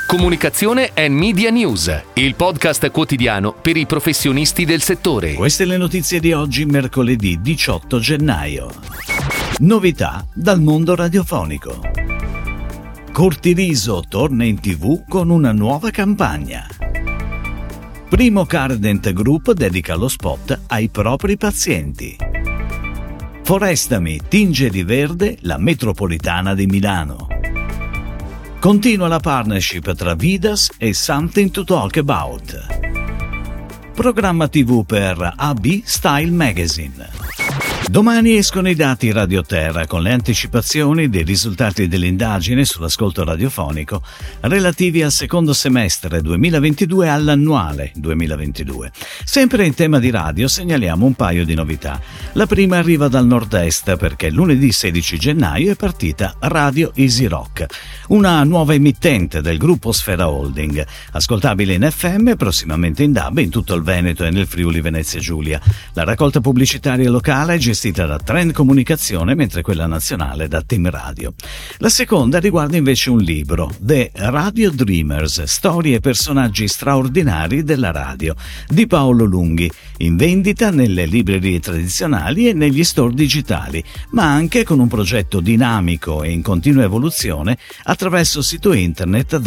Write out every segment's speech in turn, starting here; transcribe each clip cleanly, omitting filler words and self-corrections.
Comunicazione e Media News, il podcast quotidiano per i professionisti del settore. Queste le notizie di oggi, mercoledì 18 gennaio. Novità dal mondo radiofonico. Cortiriso torna in TV con una nuova campagna. Primo Cardent Group dedica lo spot ai propri pazienti. Forestami tinge di verde la metropolitana di Milano. Continua la partnership tra Vidas e Something to Talk About. Programma TV per AB Style Magazine. Domani escono i dati Radioterra con le anticipazioni dei risultati dell'indagine sull'ascolto radiofonico relativi al secondo semestre 2022 e all'annuale 2022. Sempre in tema di radio segnaliamo un paio di novità. La prima arriva dal nord-est perché lunedì 16 gennaio è partita Radio Easy Rock, una nuova emittente del gruppo Sfera Holding, ascoltabile in FM e prossimamente in DAB in tutto il Veneto e nel Friuli Venezia Giulia. La raccolta pubblicitaria locale è gestita da Trend Comunicazione, mentre quella nazionale da Team Radio. La seconda riguarda invece un libro, The Radio Dreamers, storie e personaggi straordinari della radio, di Paolo Lunghi, in vendita nelle librerie tradizionali e negli store digitali, ma anche con un progetto dinamico e in continua evoluzione attraverso il sito internet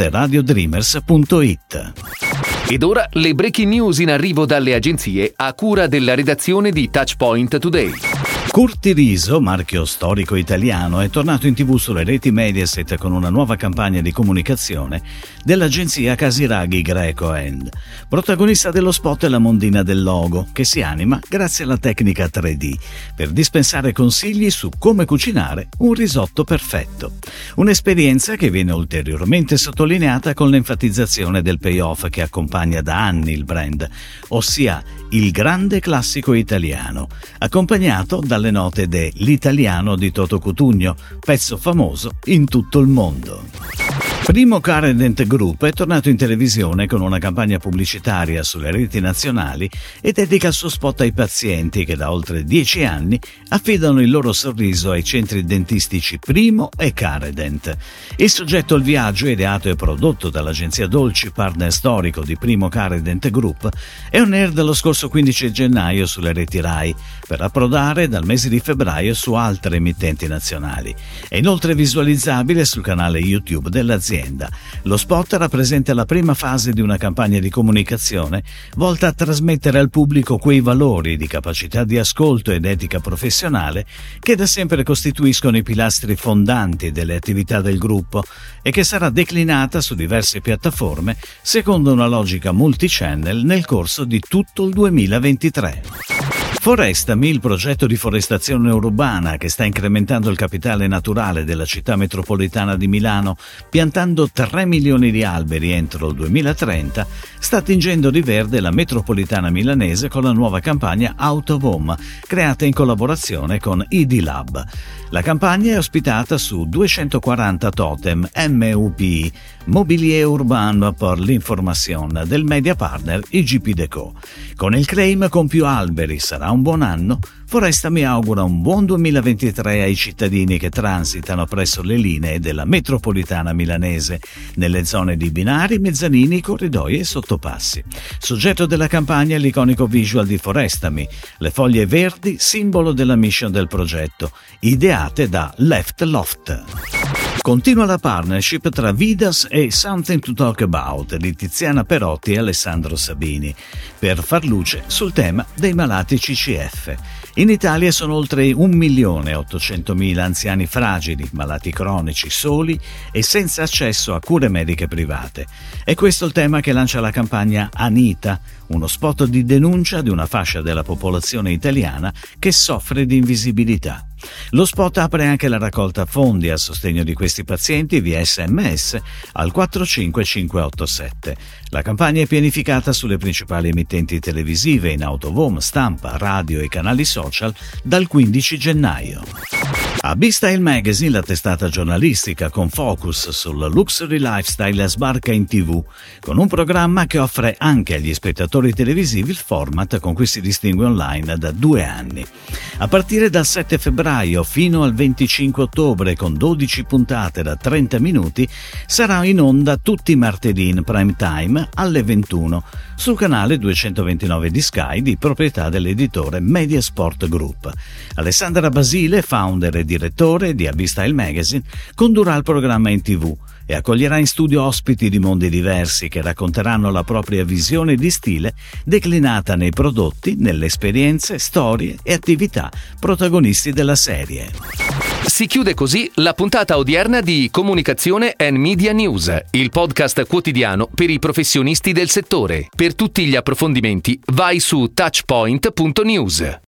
theradiodreamers.it. Ed ora le breaking news in arrivo dalle agenzie a cura della redazione di Touchpoint Today. Cortiriso, marchio storico italiano, è tornato in TV sulle reti Mediaset con una nuova campagna di comunicazione dell'agenzia Casiraghi Greco End. Protagonista dello spot è la mondina del logo, che si anima grazie alla tecnica 3D per dispensare consigli su come cucinare un risotto perfetto. Un'esperienza che viene ulteriormente sottolineata con l'enfatizzazione del payoff che accompagna da anni il brand, ossia il grande classico italiano, accompagnato dalle note de L'Italiano di Toto Cutugno, pezzo famoso in tutto il mondo. Primo Cardent Group è tornato in televisione con una campagna pubblicitaria sulle reti nazionali e dedica il suo spot ai pazienti che da oltre 10 anni affidano il loro sorriso ai centri dentistici Primo e Cardent. Il soggetto al viaggio, ideato e prodotto dall'agenzia Dolci, partner storico di Primo Cardent Group, è on air dallo scorso 15 gennaio sulle reti Rai, per approdare dal mese di febbraio su altre emittenti nazionali. È inoltre visualizzabile sul canale YouTube dell'azienda. Lo spot rappresenta la prima fase di una campagna di comunicazione volta a trasmettere al pubblico quei valori di capacità di ascolto ed etica professionale che da sempre costituiscono i pilastri fondanti delle attività del gruppo e che sarà declinata su diverse piattaforme secondo una logica multichannel nel corso di tutto il 2023. Forestami, il progetto di forestazione urbana che sta incrementando il capitale naturale della città metropolitana di Milano, piantando 3 milioni di alberi entro il 2030, sta tingendo di verde la metropolitana milanese con la nuova campagna Out of Home, creata in collaborazione con ID Lab. La campagna è ospitata su 240 totem MUPI, Mobilier Urbain pour l'Information, del media partner IGP Deco. Con il claim "con più alberi sarà un buon anno", Forestami augura un buon 2023 ai cittadini che transitano presso le linee della metropolitana milanese, nelle zone di binari, mezzanini, corridoi e sottopassi. Soggetto della campagna è l'iconico visual di Forestami, le foglie verdi, simbolo della mission del progetto, ideate da Left Loft. Continua la partnership tra Vidas e Something to Talk About di Tiziana Perotti e Alessandro Sabini per far luce sul tema dei malati CCF. In Italia sono oltre 1.800.000 anziani fragili, malati cronici, soli e senza accesso a cure mediche private. È questo il tema che lancia la campagna Anita, uno spot di denuncia di una fascia della popolazione italiana che soffre di invisibilità. Lo spot apre anche la raccolta fondi a sostegno di questi pazienti via SMS al 45587. La campagna è pianificata sulle principali emittenti televisive, in out of home, stampa, radio e canali social dal 15 gennaio. A B-Style Magazine, la testata giornalistica con focus sul luxury lifestyle, sbarca in TV con un programma che offre anche agli spettatori televisivi il format con cui si distingue online da 2 anni. A partire dal 7 febbraio fino al 25 ottobre, con 12 puntate da 30 minuti, sarà in onda tutti i martedì in prime time alle 21 sul canale 229 di Sky, di proprietà dell'editore Mediasport Group. Alessandra Basile, founder e direttore di A B-Style Magazine, condurrà il programma in TV e accoglierà in studio ospiti di mondi diversi che racconteranno la propria visione di stile declinata nei prodotti, nelle esperienze, storie e attività protagonisti della serie. Si chiude così la puntata odierna di Comunicazione and Media News, il podcast quotidiano per i professionisti del settore. Per tutti gli approfondimenti vai su touchpoint.news.